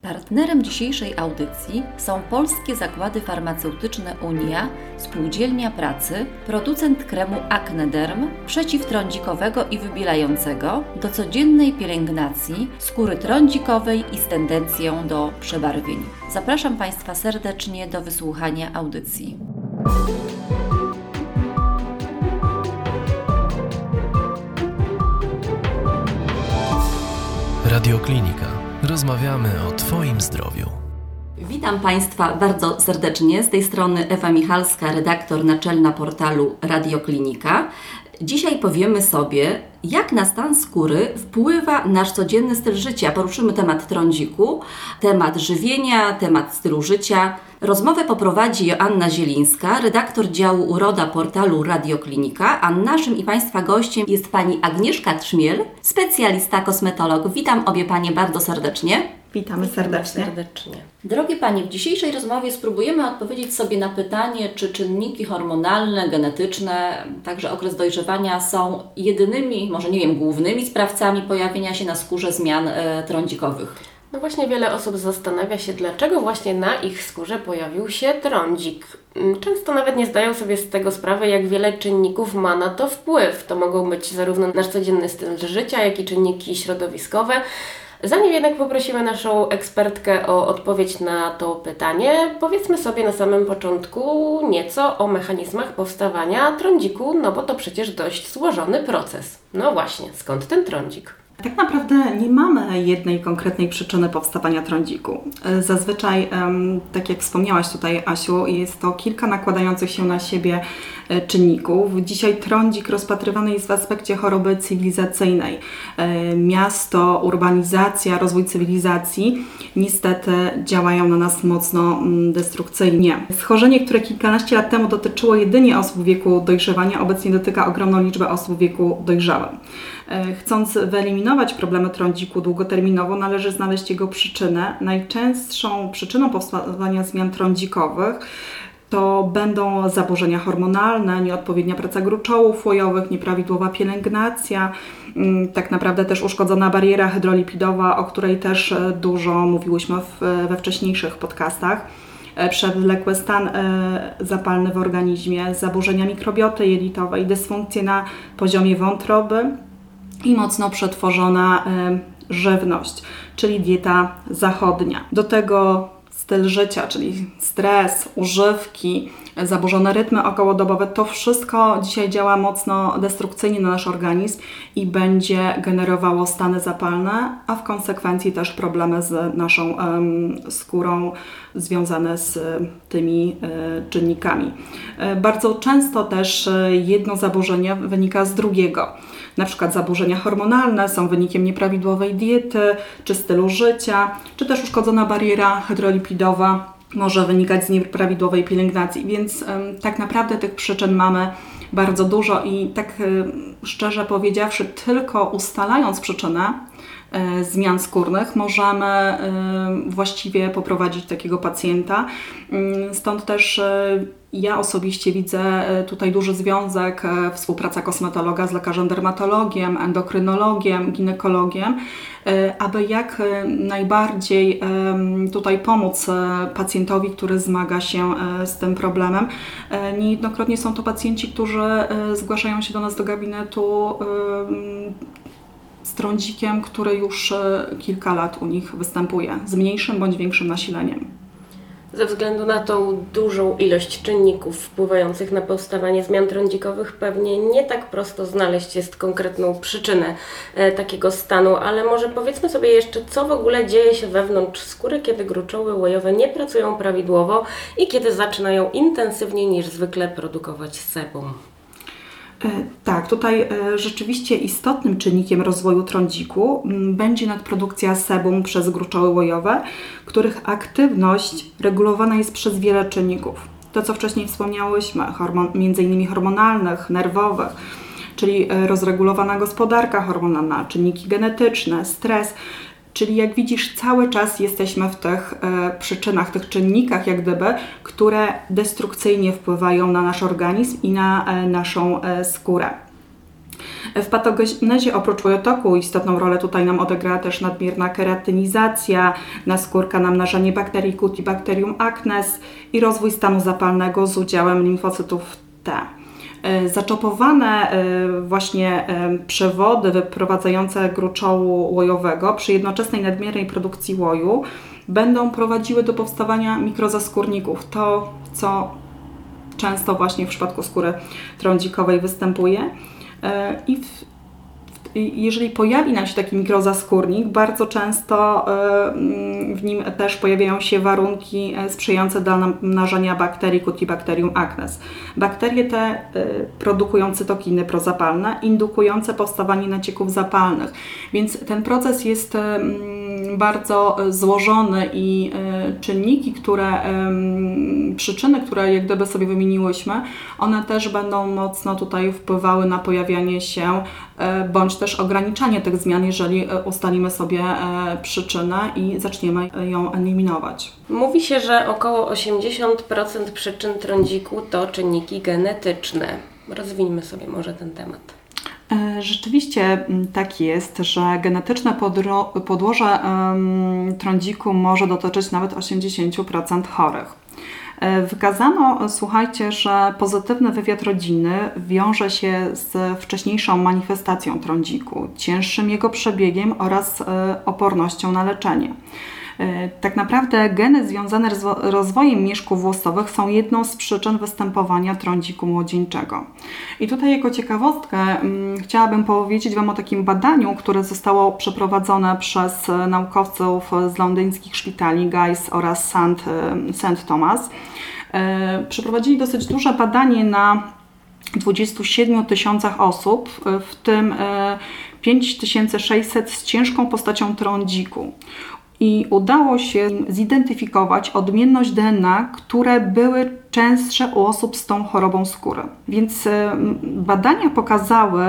Partnerem dzisiejszej audycji są Polskie Zakłady Farmaceutyczne Unia, Spółdzielnia Pracy, producent kremu Acne-Derm przeciwtrądzikowego i wybielającego do codziennej pielęgnacji skóry trądzikowej i z tendencją do przebarwień. Zapraszam Państwa serdecznie do wysłuchania audycji. Radioklinika. Rozmawiamy o Twoim zdrowiu. Witam Państwa bardzo serdecznie. Z tej strony Ewa Michalska, redaktor naczelna portalu Radioklinika. Dzisiaj powiemy sobie, jak na stan skóry wpływa nasz codzienny styl życia. Poruszymy temat trądziku, temat żywienia, temat stylu życia. Rozmowę poprowadzi Joanna Zielińska, redaktor działu Uroda portalu Radioklinika, a naszym i Państwa gościem jest Pani Agnieszka Trzmiel, specjalista kosmetolog. Witam obie Panie bardzo serdecznie. Witamy serdecznie. Drogie Panie, w dzisiejszej rozmowie spróbujemy odpowiedzieć sobie na pytanie, czy czynniki hormonalne, genetyczne, także okres dojrzewania są jedynymi, może nie wiem, głównymi sprawcami pojawienia się na skórze zmian trądzikowych. No właśnie wiele osób zastanawia się, dlaczego właśnie na ich skórze pojawił się trądzik. Często nawet nie zdają sobie z tego sprawy, jak wiele czynników ma na to wpływ. To mogą być zarówno nasz codzienny styl życia, jak i czynniki środowiskowe. Zanim jednak poprosimy naszą ekspertkę o odpowiedź na to pytanie, powiedzmy sobie na samym początku nieco o mechanizmach powstawania trądziku, no bo to przecież dość złożony proces. No właśnie, skąd ten trądzik? Tak naprawdę nie mamy jednej konkretnej przyczyny powstawania trądziku. Zazwyczaj, tak jak wspomniałaś tutaj, Asiu, jest to kilka nakładających się na siebie czynników. Dzisiaj trądzik rozpatrywany jest w aspekcie choroby cywilizacyjnej. Miasto, urbanizacja, rozwój cywilizacji niestety działają na nas mocno destrukcyjnie. Schorzenie, które kilkanaście lat temu dotyczyło jedynie osób w wieku dojrzewania, obecnie dotyka ogromną liczbę osób w wieku dojrzałym. Chcąc wyeliminować problemy trądziku długoterminowo, należy znaleźć jego przyczynę. Najczęstszą przyczyną powstawania zmian trądzikowych to będą zaburzenia hormonalne, nieodpowiednia praca gruczołów łojowych, nieprawidłowa pielęgnacja, tak naprawdę też uszkodzona bariera hydrolipidowa, o której też dużo mówiłyśmy we wcześniejszych podcastach. Przewlekły stan zapalny w organizmie, zaburzenia mikrobioty jelitowej, dysfunkcje na poziomie wątroby i mocno przetworzona żywność, czyli dieta zachodnia. Do tego styl życia, czyli stres, używki, zaburzone rytmy okołodobowe, to wszystko dzisiaj działa mocno destrukcyjnie na nasz organizm i będzie generowało stany zapalne, a w konsekwencji też problemy z naszą skórą związane z tymi czynnikami. Bardzo często też jedno zaburzenie wynika z drugiego. Na przykład zaburzenia hormonalne są wynikiem nieprawidłowej diety, czy stylu życia, czy też uszkodzona bariera hydrolipidowa może wynikać z nieprawidłowej pielęgnacji, więc tak naprawdę tych przyczyn mamy bardzo dużo i tak szczerze powiedziawszy, tylko ustalając przyczynę zmian skórnych możemy właściwie poprowadzić takiego pacjenta. Stąd też ja osobiście widzę tutaj duży związek, współpraca kosmetologa z lekarzem dermatologiem, endokrynologiem, ginekologiem, aby jak najbardziej tutaj pomóc pacjentowi, który zmaga się z tym problemem. Niejednokrotnie są to pacjenci, którzy zgłaszają się do nas do gabinetu z trądzikiem, który już kilka lat u nich występuje, z mniejszym bądź większym nasileniem. Ze względu na tą dużą ilość czynników wpływających na powstawanie zmian trądzikowych pewnie nie tak prosto znaleźć jest konkretną przyczynę takiego stanu, ale może powiedzmy sobie jeszcze, co w ogóle dzieje się wewnątrz skóry, kiedy gruczoły łojowe nie pracują prawidłowo i kiedy zaczynają intensywniej niż zwykle produkować sebum. Tak, tutaj rzeczywiście istotnym czynnikiem rozwoju trądziku będzie nadprodukcja sebum przez gruczoły łojowe, których aktywność regulowana jest przez wiele czynników. To, co wcześniej wspomniałyśmy, między innymi hormonalnych, nerwowych, czyli rozregulowana gospodarka hormonalna, czynniki genetyczne, stres. Czyli jak widzisz, cały czas jesteśmy w tych przyczynach, tych czynnikach jak gdyby, które destrukcyjnie wpływają na nasz organizm i na naszą skórę. W patogenezie oprócz biotoku istotną rolę tutaj nam odegrała też nadmierna keratynizacja, naskórka, namnażanie bakterii Cutibacterium acnes i rozwój stanu zapalnego z udziałem limfocytów T. Zaczopowane właśnie przewody wyprowadzające gruczołu łojowego przy jednoczesnej nadmiernej produkcji łoju będą prowadziły do powstawania mikrozaskórników. To, co często właśnie w przypadku skóry trądzikowej występuje. Jeżeli pojawi nam się taki mikrozaskórnik, bardzo często w nim też pojawiają się warunki sprzyjające do namnażania bakterii Cutibacterium acnes. Bakterie te produkują cytokiny prozapalne, indukujące powstawanie nacieków zapalnych, więc ten proces jest bardzo złożony i czynniki, przyczyny, które jak gdyby sobie wymieniłyśmy, one też będą mocno tutaj wpływały na pojawianie się bądź też ograniczanie tych zmian, jeżeli ustalimy sobie przyczynę i zaczniemy ją eliminować. Mówi się, że około 80% przyczyn trądziku to czynniki genetyczne. Rozwijmy sobie może ten temat. Rzeczywiście tak jest, że genetyczne podłoże trądziku może dotyczyć nawet 80% chorych. Wykazano, słuchajcie, że pozytywny wywiad rodziny wiąże się z wcześniejszą manifestacją trądziku, cięższym jego przebiegiem oraz opornością na leczenie. Tak naprawdę geny związane z rozwojem mieszków włosowych są jedną z przyczyn występowania trądziku młodzieńczego. I tutaj jako ciekawostkę chciałabym powiedzieć Wam o takim badaniu, które zostało przeprowadzone przez naukowców z londyńskich szpitali Guy's oraz St. Thomas. Przeprowadzili dosyć duże badanie na 27 000 osób, w tym 5600 z ciężką postacią trądziku. I udało się zidentyfikować odmienność DNA, które były częstsze u osób z tą chorobą skóry. Więc badania pokazały,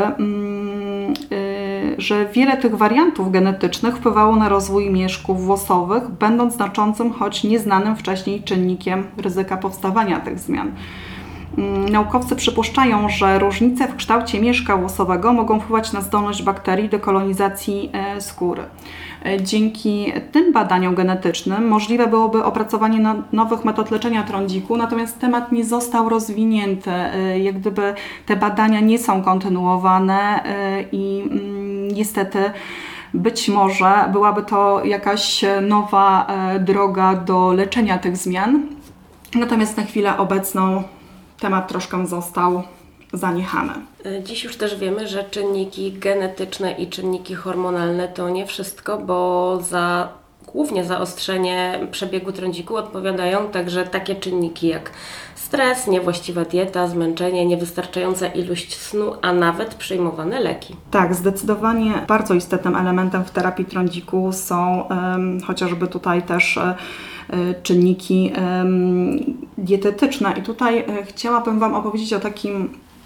że wiele tych wariantów genetycznych wpływało na rozwój mieszków włosowych, będąc znaczącym, choć nieznanym wcześniej czynnikiem ryzyka powstawania tych zmian. Naukowcy przypuszczają, że różnice w kształcie mieszka włosowego mogą wpływać na zdolność bakterii do kolonizacji skóry. Dzięki tym badaniom genetycznym możliwe byłoby opracowanie nowych metod leczenia trądziku, natomiast temat nie został rozwinięty. Jak gdyby te badania nie są kontynuowane i niestety być może byłaby to jakaś nowa droga do leczenia tych zmian. Natomiast na chwilę obecną temat troszkę został zaniechany. Dziś już też wiemy, że czynniki genetyczne i czynniki hormonalne to nie wszystko, bo głównie zaostrzenie przebiegu trądziku odpowiadają także takie czynniki jak stres, niewłaściwa dieta, zmęczenie, niewystarczająca ilość snu, a nawet przyjmowane leki. Tak, zdecydowanie bardzo istotnym elementem w terapii trądziku są chociażby tutaj też czynniki dietetyczne. I tutaj chciałabym Wam opowiedzieć o takim,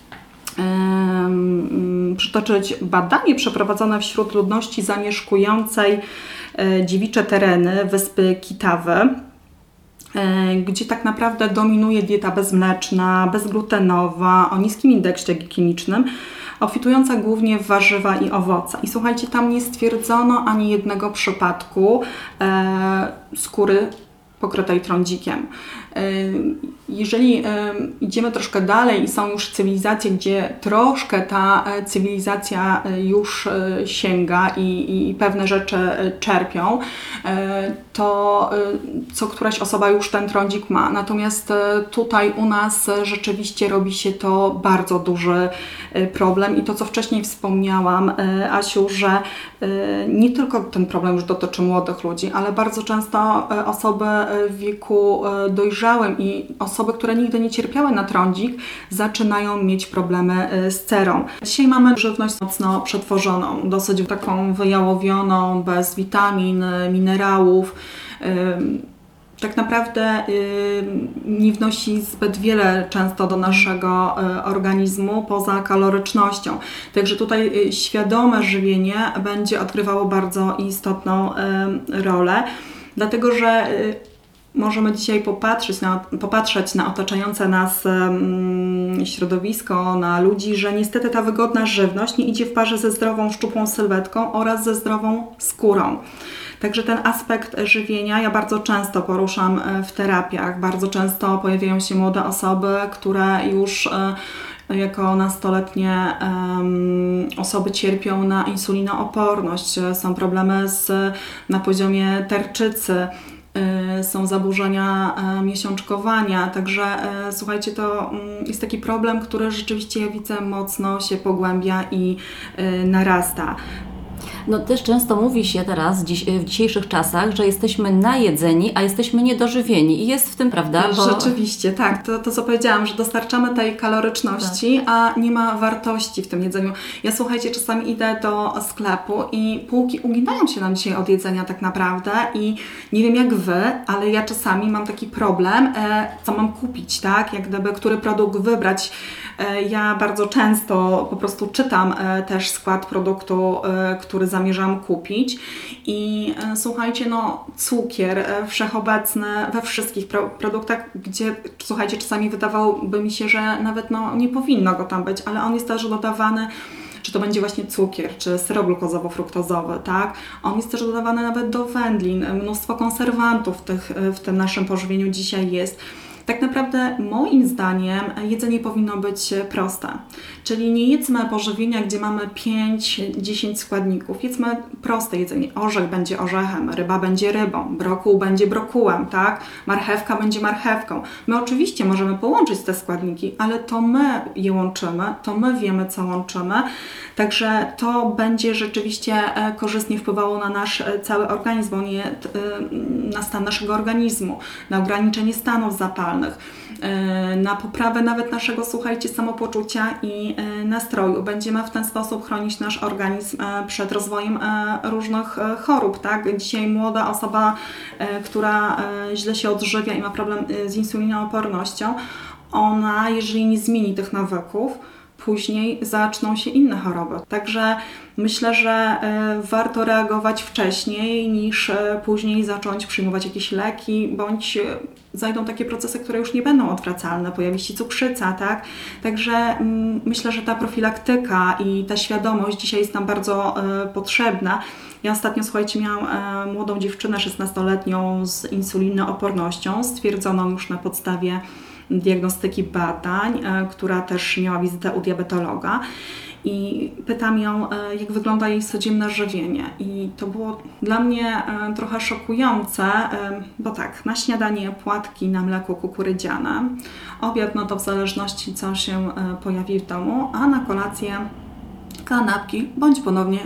przytoczyć badanie przeprowadzone wśród ludności zamieszkującej dziewicze tereny wyspy Kitawy, gdzie tak naprawdę dominuje dieta bezmleczna, bezglutenowa, o niskim indeksie glikemicznym, obfitująca głównie w warzywa i owoce. I słuchajcie, tam nie stwierdzono ani jednego przypadku skóry pokrytej trądzikiem. Jeżeli idziemy troszkę dalej i są już cywilizacje, gdzie troszkę ta cywilizacja już sięga i pewne rzeczy czerpią, to co któraś osoba już ten trądzik ma. Natomiast tutaj u nas rzeczywiście robi się to bardzo duży problem i to, co wcześniej wspomniałam, Asiu, że nie tylko ten problem już dotyczy młodych ludzi, ale bardzo często osoby w wieku dojrzałym i osoby, które nigdy nie cierpiały na trądzik, zaczynają mieć problemy z cerą. Dzisiaj mamy żywność mocno przetworzoną, dosyć taką wyjałowioną, bez witamin, minerałów. Tak naprawdę nie wnosi zbyt wiele często do naszego organizmu poza kalorycznością. Także tutaj świadome żywienie będzie odgrywało bardzo istotną rolę, dlatego że możemy dzisiaj popatrzeć na otaczające nas środowisko, na ludzi, że niestety ta wygodna żywność nie idzie w parze ze zdrową, szczupłą sylwetką oraz ze zdrową skórą. Także ten aspekt żywienia ja bardzo często poruszam w terapiach. Bardzo często pojawiają się młode osoby, które już jako nastoletnie osoby cierpią na insulinooporność. Są problemy na poziomie tarczycy. Są zaburzenia miesiączkowania, także słuchajcie, to jest taki problem, który rzeczywiście ja widzę mocno się pogłębia i narasta. No też często mówi się teraz, w dzisiejszych czasach, że jesteśmy najedzeni, a jesteśmy niedożywieni i jest w tym prawda. Rzeczywiście, tak. To co powiedziałam, że dostarczamy tej kaloryczności, tak, a nie ma wartości w tym jedzeniu. Ja słuchajcie, czasami idę do sklepu i półki uginają się nam dzisiaj od jedzenia tak naprawdę i nie wiem jak Wy, ale ja czasami mam taki problem, co mam kupić, tak? Jak gdyby, który produkt wybrać. Ja bardzo często po prostu czytam też skład produktu, który zamierzam kupić i słuchajcie, no cukier wszechobecny we wszystkich produktach, gdzie słuchajcie, czasami wydawałoby mi się, że nawet nie powinno go tam być, ale on jest też dodawany, czy to będzie właśnie cukier, czy syrop glukozowo-fruktozowy, tak? On jest też dodawany nawet do wędlin, mnóstwo konserwantów w tym naszym pożywieniu dzisiaj jest. Tak naprawdę moim zdaniem jedzenie powinno być proste, czyli nie jedzmy pożywienia, gdzie mamy 5-10 składników, jedzmy proste jedzenie. Orzech będzie orzechem, ryba będzie rybą, brokuł będzie brokułem, tak? Marchewka będzie marchewką. My oczywiście możemy połączyć te składniki, ale to my je łączymy, to my wiemy, co łączymy, także to będzie rzeczywiście korzystnie wpływało na nasz cały organizm, bo nie na stan naszego organizmu, na ograniczenie stanów zapalnych, na poprawę nawet naszego, słuchajcie, samopoczucia i nastroju. Będziemy w ten sposób chronić nasz organizm przed rozwojem różnych chorób, tak? Dzisiaj młoda osoba, która źle się odżywia i ma problem z insulinoopornością, ona, jeżeli nie zmieni tych nawyków, później zaczną się inne choroby. Także myślę, że warto reagować wcześniej niż później zacząć przyjmować jakieś leki, bądź zajdą takie procesy, które już nie będą odwracalne, pojawi się cukrzyca, tak? Także myślę, że ta profilaktyka i ta świadomość dzisiaj jest nam bardzo potrzebna. Ja ostatnio, słuchajcie, miałam młodą dziewczynę 16-letnią z insulinoopornością, stwierdzoną już na podstawie diagnostyki badań, która też miała wizytę u diabetologa i pytam ją, jak wygląda jej codzienne żywienie i to było dla mnie trochę szokujące, bo tak, na śniadanie płatki na mleko kukurydziane, obiad no to w zależności co się pojawi w domu, a na kolację kanapki bądź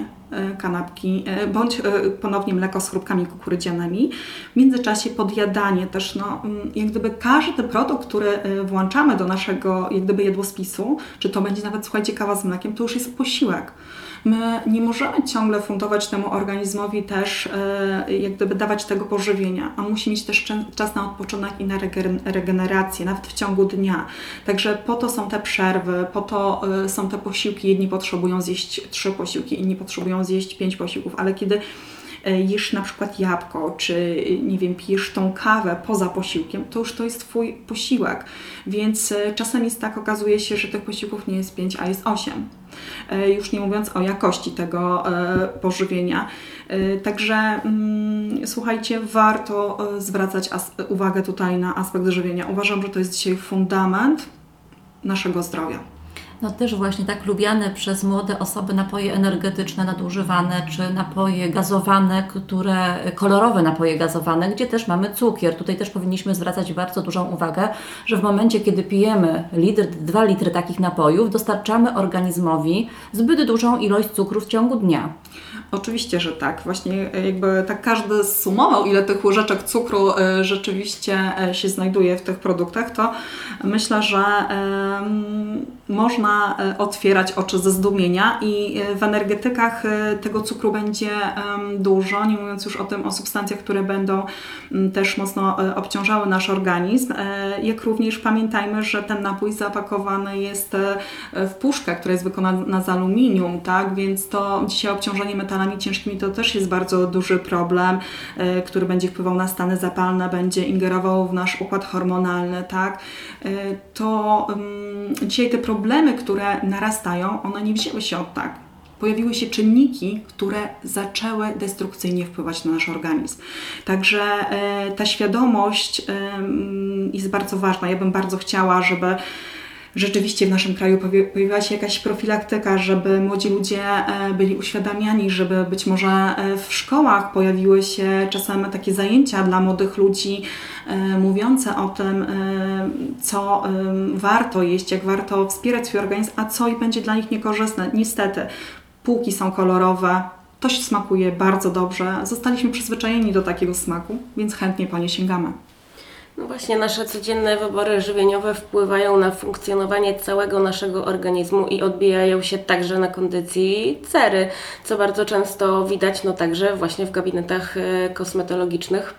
ponownie mleko z chrupkami kukurydzianymi. W międzyczasie podjadanie też, jak gdyby każdy produkt, który włączamy do naszego jak gdyby jadłospisu, czy to będzie nawet, słuchajcie, kawa z mlekiem, to już jest posiłek. My nie możemy ciągle fundować temu organizmowi też, jak gdyby dawać tego pożywienia, a musi mieć też czas na odpoczynek i na regenerację, nawet w ciągu dnia. Także po to są te przerwy, po to są te posiłki. Jedni potrzebują zjeść 3 posiłki, inni potrzebują zjeść 5 posiłków, ale kiedy jesz na przykład jabłko, czy nie wiem, pijesz tą kawę poza posiłkiem, to już to jest Twój posiłek. Więc czasem jest tak, okazuje się, że tych posiłków nie jest 5, a jest 8. Już nie mówiąc o jakości tego pożywienia. Także słuchajcie, warto zwracać uwagę tutaj na aspekt żywienia. Uważam, że to jest dzisiaj fundament naszego zdrowia. No też właśnie tak lubiane przez młode osoby napoje energetyczne nadużywane, czy napoje gazowane, kolorowe napoje gazowane, gdzie też mamy cukier. Tutaj też powinniśmy zwracać bardzo dużą uwagę, że w momencie, kiedy pijemy 2 litry takich napojów, dostarczamy organizmowi zbyt dużą ilość cukru w ciągu dnia. Oczywiście, że tak. Właśnie jakby tak każdy zsumował, ile tych łyżeczek cukru rzeczywiście się znajduje w tych produktach, to myślę, że można otwierać oczy ze zdumienia i w energetykach tego cukru będzie dużo, nie mówiąc już o substancjach, które będą też mocno obciążały nasz organizm. Jak również pamiętajmy, że ten napój zapakowany jest w puszkę, która jest wykonana z aluminium, tak? Więc to dzisiaj obciążenie metalami ciężkimi to też jest bardzo duży problem, który będzie wpływał na stany zapalne, będzie ingerował w nasz układ hormonalny, tak? To dzisiaj te problemy, które narastają, one nie wzięły się od tak. Pojawiły się czynniki, które zaczęły destrukcyjnie wpływać na nasz organizm. Także ta świadomość jest bardzo ważna. Ja bym bardzo chciała, żeby rzeczywiście w naszym kraju pojawiła się jakaś profilaktyka, żeby młodzi ludzie byli uświadamiani, żeby być może w szkołach pojawiły się czasem takie zajęcia dla młodych ludzi mówiące o tym, co warto jeść, jak warto wspierać swój organizm, a co i będzie dla nich niekorzystne. Niestety, półki są kolorowe, to się smakuje bardzo dobrze. Zostaliśmy przyzwyczajeni do takiego smaku, więc chętnie po nie sięgamy. No właśnie, nasze codzienne wybory żywieniowe wpływają na funkcjonowanie całego naszego organizmu i odbijają się także na kondycji cery, co bardzo często widać także właśnie w gabinetach kosmetologicznych.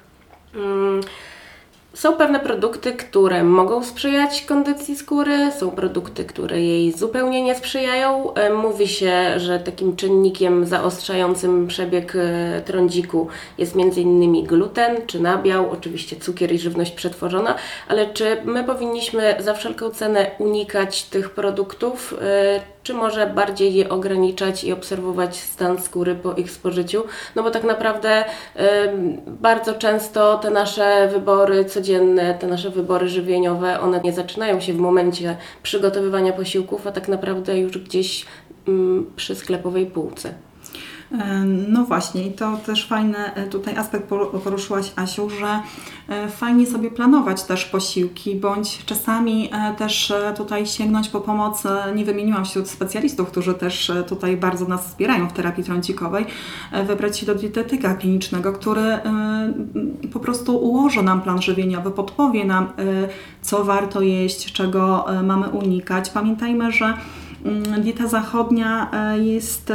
Są pewne produkty, które mogą sprzyjać kondycji skóry, są produkty, które jej zupełnie nie sprzyjają. Mówi się, że takim czynnikiem zaostrzającym przebieg trądziku jest m.in. gluten czy nabiał, oczywiście cukier i żywność przetworzona, ale czy my powinniśmy za wszelką cenę unikać tych produktów, czy może bardziej je ograniczać i obserwować stan skóry po ich spożyciu? No bo tak naprawdę bardzo często te nasze wybory codzienne, te nasze wybory żywieniowe, one nie zaczynają się w momencie przygotowywania posiłków, a tak naprawdę już gdzieś przy sklepowej półce. No właśnie, i to też fajny tutaj aspekt poruszyłaś, Asiu, że fajnie sobie planować też posiłki, bądź czasami też tutaj sięgnąć po pomoc. Nie wymieniłam wśród specjalistów, którzy też tutaj bardzo nas wspierają w terapii trądzikowej, wybrać się do dietetyka klinicznego, który po prostu ułoży nam plan żywieniowy, podpowie nam, co warto jeść, czego mamy unikać. Pamiętajmy, że dieta zachodnia jest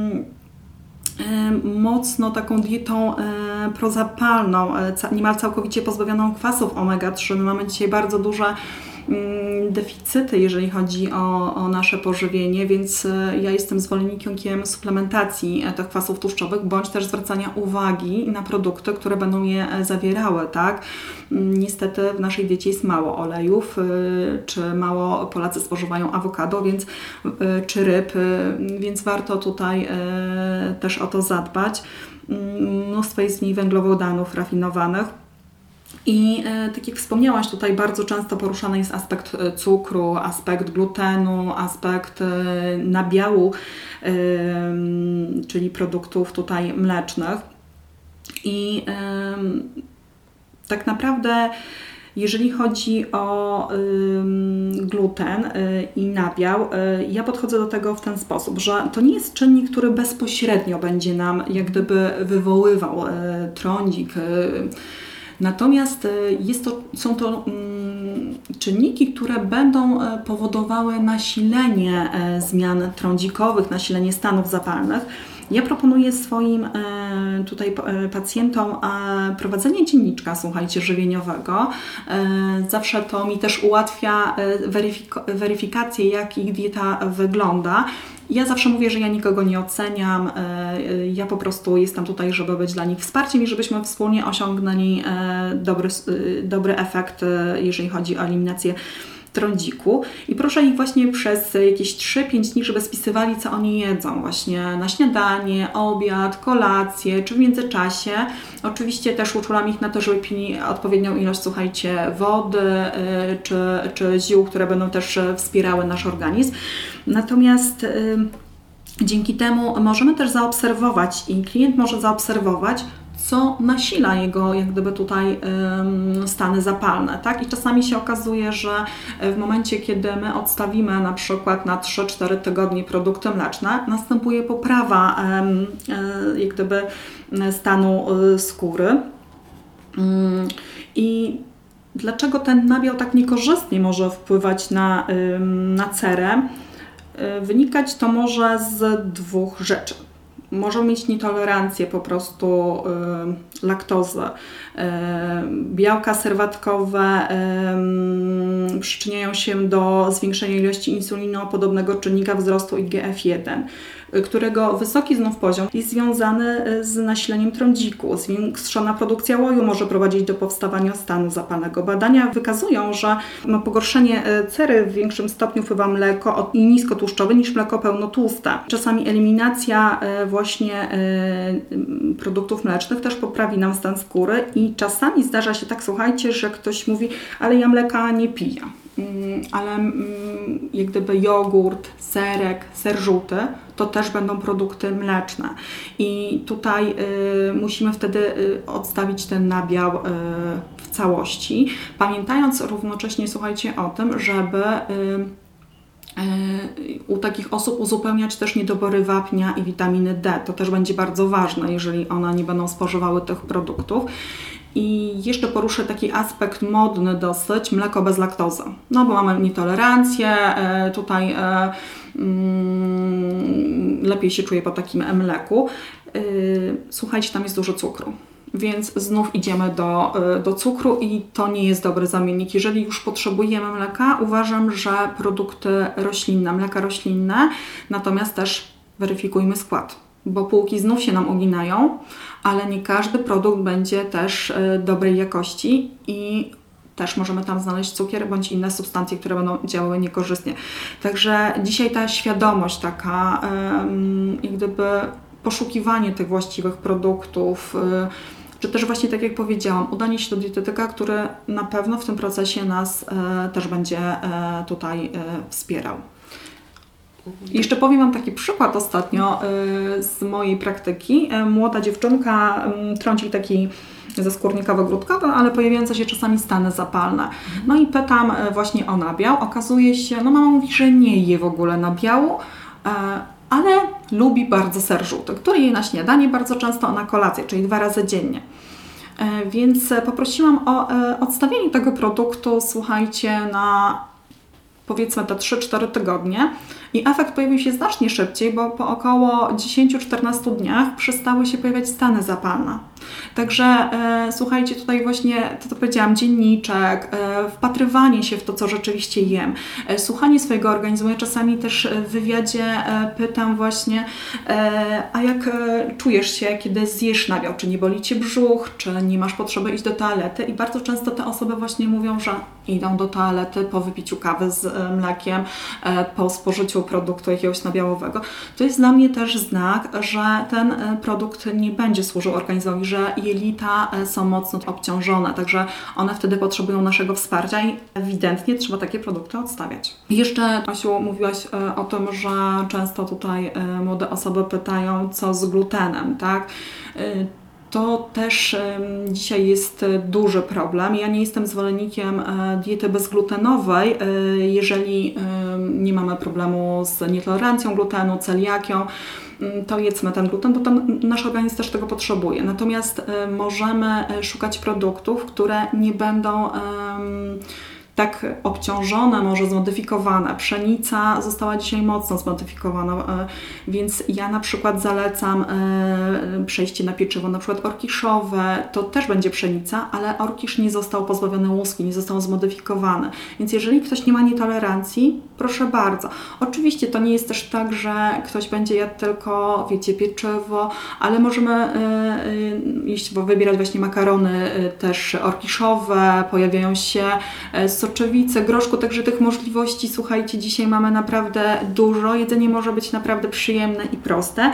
mocno taką dietą prozapalną, niemal całkowicie pozbawioną kwasów omega-3. My mamy dzisiaj bardzo duże deficyty, jeżeli chodzi o nasze pożywienie, więc ja jestem zwolennikiem suplementacji tych kwasów tłuszczowych, bądź też zwracania uwagi na produkty, które będą je zawierały, tak? Niestety w naszej diecie jest mało olejów, czy mało Polacy spożywają awokado, czy ryb, więc warto tutaj też o to zadbać. Mnóstwo jest w niej węglowodanów rafinowanych. I tak jak wspomniałaś, tutaj bardzo często poruszany jest aspekt cukru, aspekt glutenu, aspekt nabiału, czyli produktów tutaj mlecznych. I tak naprawdę jeżeli chodzi o gluten i nabiał, ja podchodzę do tego w ten sposób, że to nie jest czynnik, który bezpośrednio będzie nam jak gdyby wywoływał trądzik. Natomiast są to czynniki, które będą powodowały nasilenie zmian trądzikowych, nasilenie stanów zapalnych. Ja proponuję swoim tutaj pacjentom prowadzenie dzienniczka, słuchajcie, żywieniowego. Zawsze to mi też ułatwia weryfikację, jak ich dieta wygląda. Ja zawsze mówię, że ja nikogo nie oceniam, ja po prostu jestem tutaj, żeby być dla nich wsparciem i żebyśmy wspólnie osiągnęli dobry efekt, jeżeli chodzi o eliminację trądziku. I proszę ich właśnie przez jakieś 3-5 dni, żeby spisywali, co oni jedzą właśnie na śniadanie, obiad, kolację, czy w międzyczasie. Oczywiście też uczulam ich na to, żeby pili odpowiednią ilość, słuchajcie, wody, czy ziół, które będą też wspierały nasz organizm. Natomiast dzięki temu możemy też zaobserwować i klient może zaobserwować, co nasila jego jak gdyby tutaj stany zapalne, tak? I czasami się okazuje, że w momencie, kiedy my odstawimy na przykład na 3-4 tygodnie produkty mleczne, następuje poprawa jak gdyby stanu skóry. I Dlaczego ten nabiał tak niekorzystnie może wpływać na cerę? Wynikać to może z dwóch rzeczy. Może mieć nietolerancję po prostu laktozy. Białka serwatkowe przyczyniają się do zwiększenia ilości insulinopodobnego czynnika wzrostu IGF-1, którego wysoki znów poziom jest związany z nasileniem trądziku. Zwiększona produkcja łoju może prowadzić do powstawania stanu zapalnego. Badania wykazują, że na pogorszenie cery w większym stopniu wpływa mleko i niskotłuszczowe niż mleko pełnotłuste. Czasami eliminacja właśnie produktów mlecznych też poprawi nam stan skóry i czasami zdarza się tak, słuchajcie, że ktoś mówi, ale ja mleka nie piję. Ale jak gdyby jogurt, ser żółty, to też będą produkty mleczne. I tutaj musimy wtedy odstawić ten nabiał w całości, pamiętając równocześnie, słuchajcie, o tym, żeby u takich osób uzupełniać też niedobory wapnia i witaminy D. To też będzie bardzo ważne, jeżeli one nie będą spożywały tych produktów. I jeszcze poruszę taki aspekt modny dosyć, mleko bez laktozy. No bo mamy nietolerancję, tutaj lepiej się czuję po takim mleku. Słuchajcie, tam jest dużo cukru. Więc znów idziemy do cukru i to nie jest dobry zamiennik. Jeżeli już potrzebujemy mleka, uważam, że produkty roślinne, mleka roślinne, natomiast też weryfikujmy skład, bo półki znów się nam uginają, ale nie każdy produkt będzie też dobrej jakości i też możemy tam znaleźć cukier bądź inne substancje, które będą działały niekorzystnie. Także dzisiaj ta świadomość taka, jak gdyby poszukiwanie tych właściwych produktów, czy też właśnie tak jak powiedziałam, udanie się do dietetyka, który na pewno w tym procesie nas też będzie tutaj wspierał. Jeszcze powiem Wam taki przykład ostatnio z mojej praktyki. Młoda dziewczynka, trądzik taki zaskórnikowo-grudkowy, ale pojawiające się czasami stany zapalne. No i pytam właśnie o nabiał. Okazuje się, no mama mówi, że nie je w ogóle nabiału, ale lubi bardzo ser żółty, który je na śniadanie bardzo często, a na kolację, czyli 2 razy dziennie. Więc poprosiłam o odstawienie tego produktu, słuchajcie, na powiedzmy te 3-4 tygodnie i efekt pojawił się znacznie szybciej, bo po około 10-14 dniach przestały się pojawiać stany zapalne. Także słuchajcie, tutaj właśnie to powiedziałam, dzienniczek, wpatrywanie się w to, co rzeczywiście jem, słuchanie swojego organizmu. Ja czasami też w wywiadzie pytam właśnie, a jak czujesz się, kiedy zjesz nabiał? Czy nie boli Cię brzuch? Czy nie masz potrzeby iść do toalety? I bardzo często te osoby właśnie mówią, że idą do toalety po wypiciu kawy z mlekiem, po spożyciu produktu jakiegoś nabiałowego. To jest dla mnie też znak, że ten produkt nie będzie służył organizmowi, że jelita są mocno obciążone, także one wtedy potrzebują naszego wsparcia i ewidentnie trzeba takie produkty odstawiać. Jeszcze, Asiu, mówiłaś o tym, że często tutaj młode osoby pytają, co z glutenem, tak? To też dzisiaj jest duży problem. Ja nie jestem zwolennikiem diety bezglutenowej, jeżeli nie mamy problemu z nietolerancją glutenu, celiakią, to jedzmy ten gluten, bo nasz organizm też tego potrzebuje. Natomiast możemy szukać produktów, które nie będą tak obciążone, może zmodyfikowane. Pszenica została dzisiaj mocno zmodyfikowana, więc ja na przykład zalecam przejście na pieczywo, na przykład orkiszowe, to też będzie pszenica, ale orkisz nie został pozbawiony łuski, nie został zmodyfikowany. Więc jeżeli ktoś nie ma nietolerancji, proszę bardzo. Oczywiście to nie jest też tak, że ktoś będzie jadł tylko, wiecie, pieczywo, ale możemy iść, bo wybierać właśnie makarony też orkiszowe, pojawiają się soczewice, groszku, także tych możliwości, słuchajcie, dzisiaj mamy naprawdę dużo. Jedzenie może być naprawdę przyjemne i proste,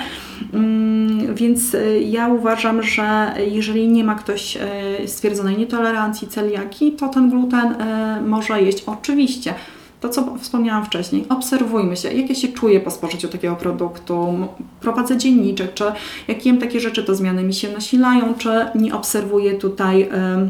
więc ja uważam, że jeżeli nie ma ktoś stwierdzonej nietolerancji, celiaki, to ten gluten może jeść. Oczywiście, to co wspomniałam wcześniej, obserwujmy się, jak ja się czuję po spożyciu takiego produktu, prowadzę dzienniczek, czy jak jem takie rzeczy, to zmiany mi się nasilają, czy nie obserwuję tutaj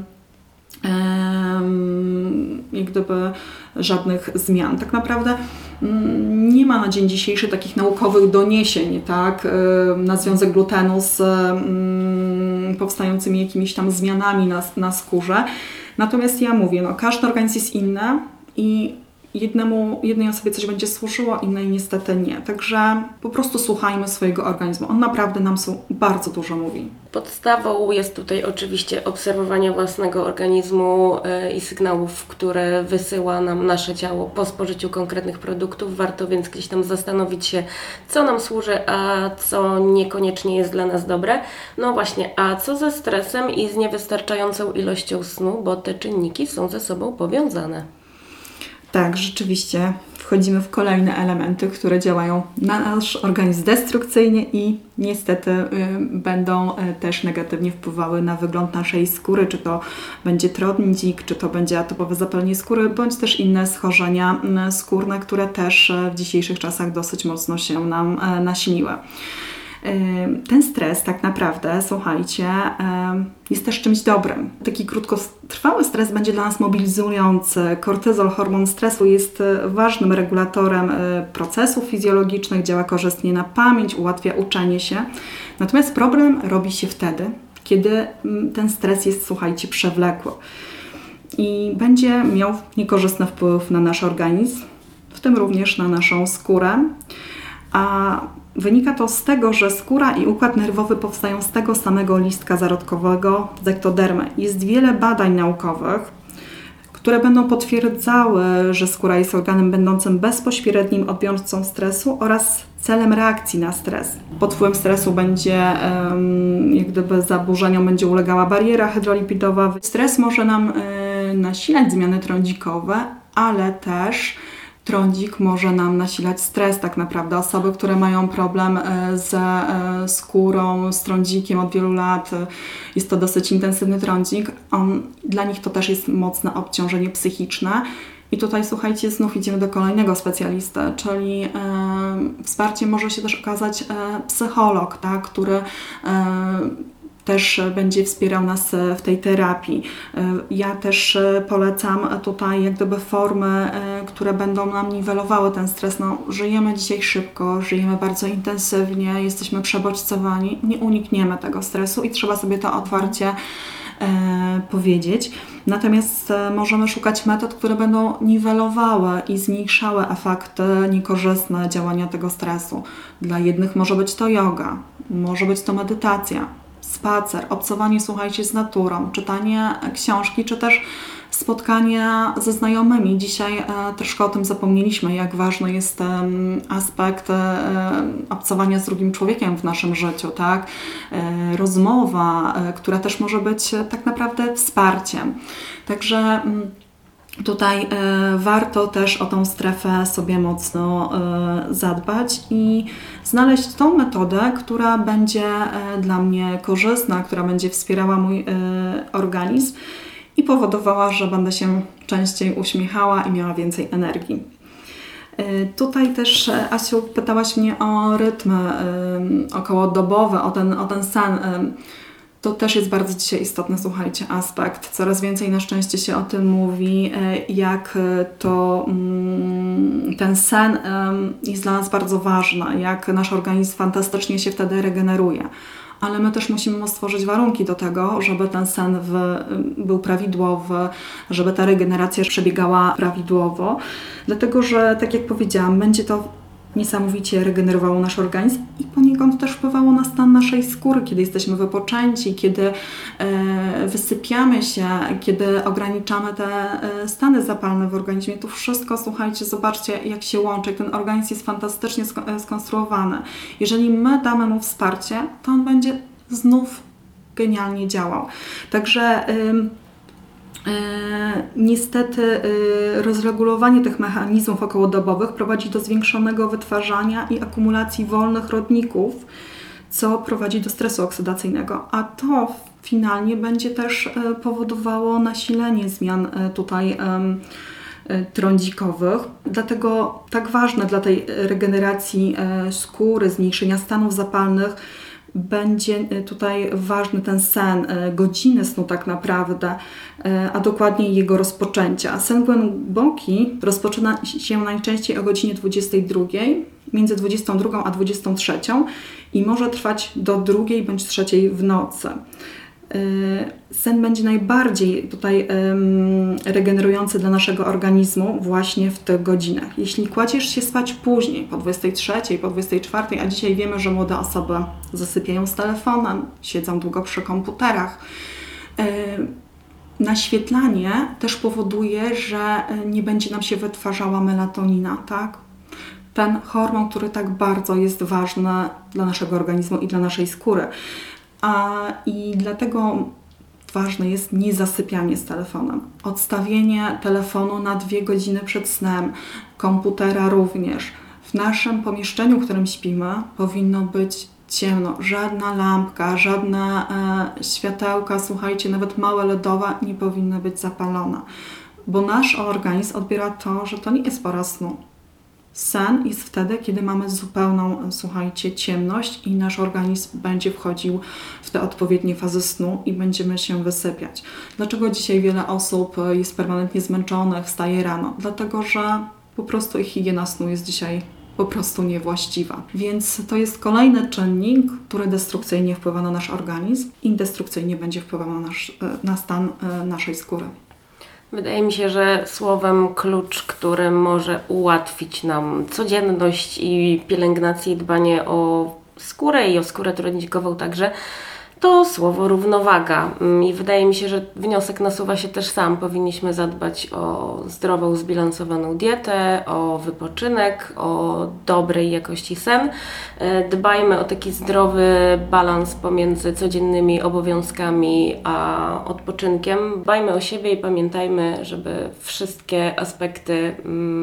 jak gdyby żadnych zmian. Tak naprawdę nie ma na dzień dzisiejszy takich naukowych doniesień, tak, na związek glutenu z powstającymi jakimiś tam zmianami na skórze. Natomiast ja mówię, każdy organizm jest inny i jednej osobie coś będzie służyło, innej niestety nie. Także po prostu słuchajmy swojego organizmu. On naprawdę nam bardzo dużo mówi. Podstawą jest tutaj oczywiście obserwowanie własnego organizmu i sygnałów, które wysyła nam nasze ciało po spożyciu konkretnych produktów. Warto więc gdzieś tam zastanowić się, co nam służy, a co niekoniecznie jest dla nas dobre. No właśnie, a co ze stresem i z niewystarczającą ilością snu, bo te czynniki są ze sobą powiązane. Tak, rzeczywiście wchodzimy w kolejne elementy, które działają na nasz organizm destrukcyjnie i niestety będą też negatywnie wpływały na wygląd naszej skóry, czy to będzie trądzik, czy to będzie atopowe zapalenie skóry, bądź też inne schorzenia skórne, które też w dzisiejszych czasach dosyć mocno się nam naśniły. Ten stres tak naprawdę, słuchajcie, jest też czymś dobrym. Taki krótkotrwały stres będzie dla nas mobilizujący. Kortyzol, hormon stresu, jest ważnym regulatorem procesów fizjologicznych, działa korzystnie na pamięć, ułatwia uczenie się. Natomiast problem robi się wtedy, kiedy ten stres jest, słuchajcie, przewlekły i będzie miał niekorzystny wpływ na nasz organizm, w tym również na naszą skórę. A wynika to z tego, że skóra i układ nerwowy powstają z tego samego listka zarodkowego, z ektodermy. Jest wiele badań naukowych, które będą potwierdzały, że skóra jest organem będącym bezpośrednim odbiorcą stresu oraz celem reakcji na stres. Pod wpływem stresu będzie, jak gdyby zaburzeniom będzie ulegała bariera hydrolipidowa. Stres może nam nasilać zmiany trądzikowe, ale też trądzik może nam nasilać stres tak naprawdę. Osoby, które mają problem ze skórą, z trądzikiem od wielu lat, jest to dosyć intensywny trądzik. Dla nich to też jest mocne obciążenie psychiczne. I tutaj, słuchajcie, znów idziemy do kolejnego specjalisty, czyli wsparciem może się też okazać psycholog, tak, który też będzie wspierał nas w tej terapii. Ja też polecam tutaj jak gdyby formy, które będą nam niwelowały ten stres. Żyjemy dzisiaj szybko, żyjemy bardzo intensywnie, jesteśmy przebodźcowani, nie unikniemy tego stresu i trzeba sobie to otwarcie powiedzieć. Natomiast możemy szukać metod, które będą niwelowały i zmniejszały efekty niekorzystne działania tego stresu. Dla jednych może być to yoga, może być to medytacja, spacer, obcowanie, słuchajcie, z naturą, czytanie książki, czy też spotkania ze znajomymi. Dzisiaj troszkę o tym zapomnieliśmy, jak ważny jest aspekt obcowania z drugim człowiekiem w naszym życiu, tak? Rozmowa, która też może być tak naprawdę wsparciem. Także tutaj warto też o tą strefę sobie mocno zadbać i znaleźć tą metodę, która będzie dla mnie korzystna, która będzie wspierała mój organizm i powodowała, że będę się częściej uśmiechała i miała więcej energii. Tutaj też, Asiu, pytałaś mnie o rytmy okołodobowe, o ten sen. To też jest bardzo dzisiaj istotny, słuchajcie, aspekt. Coraz więcej na szczęście się o tym mówi, jak to ten sen jest dla nas bardzo ważny, jak nasz organizm fantastycznie się wtedy regeneruje. Ale my też musimy stworzyć warunki do tego, żeby ten sen był prawidłowy, żeby ta regeneracja przebiegała prawidłowo. Dlatego, że tak jak powiedziałam, będzie to niesamowicie regenerowało nasz organizm i poniekąd też wpływało na stan naszej skóry, kiedy jesteśmy wypoczęci, kiedy wysypiamy się, kiedy ograniczamy te stany zapalne w organizmie. To wszystko, słuchajcie, zobaczcie, jak się łączy. Ten organizm jest fantastycznie skonstruowany. Jeżeli my damy mu wsparcie, to on będzie znów genialnie działał. Także niestety rozregulowanie tych mechanizmów okołodobowych prowadzi do zwiększonego wytwarzania i akumulacji wolnych rodników, co prowadzi do stresu oksydacyjnego, a to finalnie będzie też powodowało nasilenie zmian tutaj trądzikowych. Dlatego tak ważne dla tej regeneracji skóry, zmniejszenia stanów zapalnych będzie tutaj ważny ten sen, godziny snu tak naprawdę, a dokładniej jego rozpoczęcia. Sen głęboki rozpoczyna się najczęściej o godzinie 22, między 22 a 23 i może trwać do 2 bądź 3 w nocy. Sen będzie najbardziej tutaj regenerujący dla naszego organizmu właśnie w tych godzinach. Jeśli kładziesz się spać później, po 23, po 24, a dzisiaj wiemy, że młode osoby zasypiają z telefonem, siedzą długo przy komputerach, naświetlanie też powoduje, że nie będzie nam się wytwarzała melatonina, tak? Ten hormon, który tak bardzo jest ważny dla naszego organizmu i dla naszej skóry. I dlatego ważne jest niezasypianie z telefonem. Odstawienie telefonu na 2 godziny przed snem, komputera również. W naszym pomieszczeniu, w którym śpimy, powinno być ciemno. Żadna lampka, żadne światełka, słuchajcie, nawet małe LEDowe nie powinny być zapalone. Bo nasz organizm odbiera to, że to nie jest pora snu. Sen jest wtedy, kiedy mamy zupełną, słuchajcie, ciemność i nasz organizm będzie wchodził w te odpowiednie fazy snu i będziemy się wysypiać. Dlaczego dzisiaj wiele osób jest permanentnie zmęczonych, wstaje rano? Dlatego, że po prostu ich higiena snu jest dzisiaj po prostu niewłaściwa. Więc to jest kolejny czynnik, który destrukcyjnie wpływa na nasz organizm i destrukcyjnie będzie wpływał na stan naszej skóry. Wydaje mi się, że słowem klucz, który może ułatwić nam codzienność i pielęgnację i dbanie o skórę i o skórę trądzikową także, to słowo równowaga. I wydaje mi się, że wniosek nasuwa się też sam. Powinniśmy zadbać o zdrową, zbilansowaną dietę, o wypoczynek, o dobrej jakości sen. Dbajmy o taki zdrowy balans pomiędzy codziennymi obowiązkami a odpoczynkiem. Dbajmy o siebie i pamiętajmy, żeby wszystkie aspekty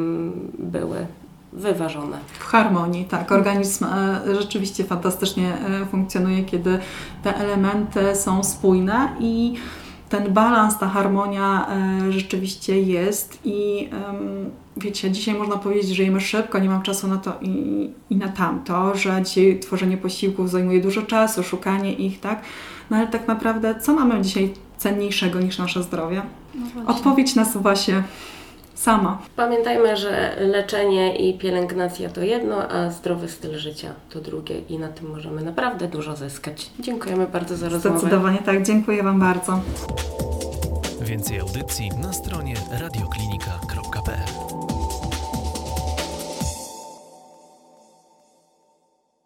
były wyważone. W harmonii, tak. Organizm rzeczywiście fantastycznie funkcjonuje, kiedy te elementy są spójne i ten balans, ta harmonia rzeczywiście jest i wiecie, dzisiaj można powiedzieć, że jemy szybko, nie mam czasu na to i na tamto, że dzisiaj tworzenie posiłków zajmuje dużo czasu, szukanie ich, tak? No ale tak naprawdę co mamy dzisiaj cenniejszego niż nasze zdrowie? No odpowiedź nasuwa się sama. Pamiętajmy, że leczenie i pielęgnacja to jedno, a zdrowy styl życia to drugie i na tym możemy naprawdę dużo zyskać. Dziękujemy bardzo za rozmowę. Zdecydowanie tak, dziękuję Wam bardzo. Więcej audycji na stronie radioklinika.pl